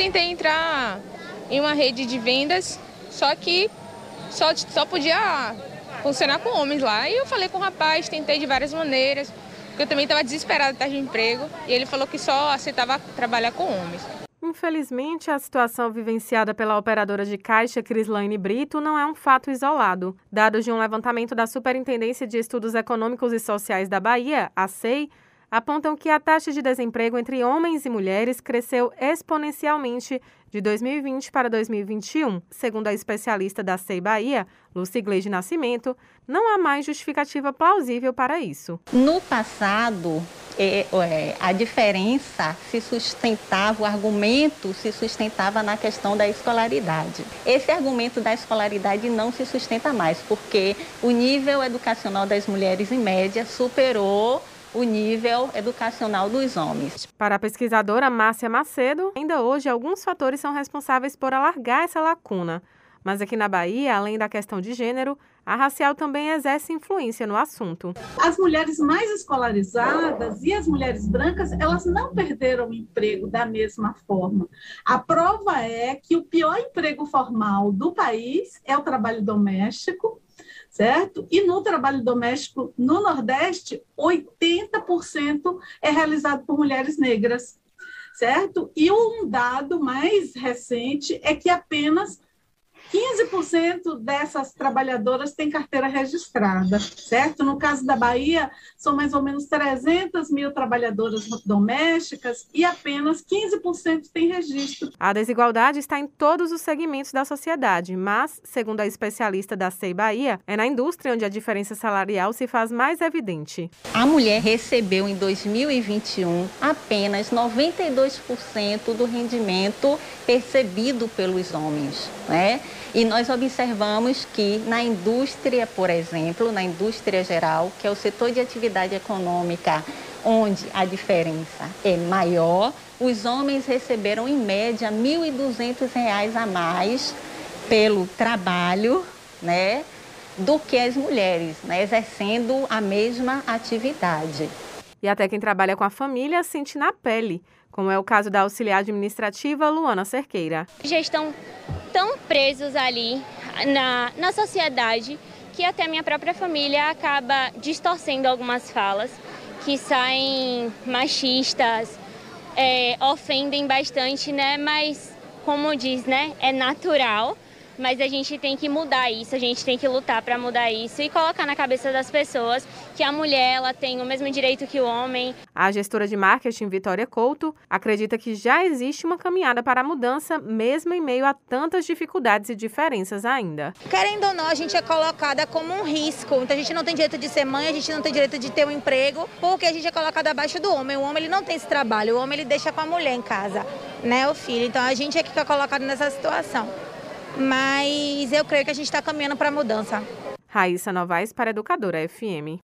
tentei entrar em uma rede de vendas, só que só podia funcionar com homens lá. E eu falei com o rapaz, tentei de várias maneiras, porque eu também estava desesperada de emprego, e ele falou que só aceitava trabalhar com homens. Infelizmente, a situação vivenciada pela operadora de caixa Crislaine Brito não é um fato isolado. Dados de um levantamento da Superintendência de Estudos Econômicos e Sociais da Bahia, a SEI, apontam que a taxa de desemprego entre homens e mulheres cresceu exponencialmente de 2020 para 2021. Segundo a especialista da SEI Bahia, Lucigleide Nascimento, não há mais justificativa plausível para isso. No passado, a diferença se sustentava, o argumento se sustentava na questão da escolaridade. Esse argumento da escolaridade não se sustenta mais, porque o nível educacional das mulheres, em média, superou o nível educacional dos homens. Para a pesquisadora Márcia Macedo, ainda hoje alguns fatores são responsáveis por alargar essa lacuna. Mas aqui na Bahia, além da questão de gênero, a racial também exerce influência no assunto. As mulheres mais escolarizadas e as mulheres brancas, elas não perderam o emprego da mesma forma. A prova é que o pior emprego formal do país é o trabalho doméstico, certo? E no trabalho doméstico no Nordeste, 80% é realizado por mulheres negras, certo? E um dado mais recente é que apenas 15% dessas trabalhadoras têm carteira registrada, certo? No caso da Bahia, são mais ou menos 300 mil trabalhadoras domésticas e apenas 15% têm registro. A desigualdade está em todos os segmentos da sociedade, mas, segundo a especialista da SEI Bahia, é na indústria onde a diferença salarial se faz mais evidente. A mulher recebeu em 2021 apenas 92% do rendimento percebido pelos homens, né? E nós observamos que na indústria, por exemplo, na indústria geral, que é o setor de atividade econômica, onde a diferença é maior, os homens receberam em média R$ 1.200 a mais pelo trabalho, né, do que as mulheres, né, exercendo a mesma atividade. E até quem trabalha com a família sente na pele, como é o caso da auxiliar administrativa Luana Cerqueira. Já estão tão presos ali na sociedade que até minha própria família acaba distorcendo algumas falas que saem machistas, ofendem bastante, né? Mas, como diz, né? É natural. Mas a gente tem que mudar isso, a gente tem que lutar para mudar isso e colocar na cabeça das pessoas que a mulher ela tem o mesmo direito que o homem. A gestora de marketing Vitória Couto acredita que já existe uma caminhada para a mudança, mesmo em meio a tantas dificuldades e diferenças ainda. Querendo ou não, a gente é colocada como um risco. Então a gente não tem direito de ser mãe, a gente não tem direito de ter um emprego, porque a gente é colocada abaixo do homem. O homem ele não tem esse trabalho, o homem ele deixa com a mulher em casa, né, o filho. Então a gente é que fica colocado nessa situação. Mas eu creio que a gente está caminhando para a mudança. Raíssa Novaes para Educadora FM.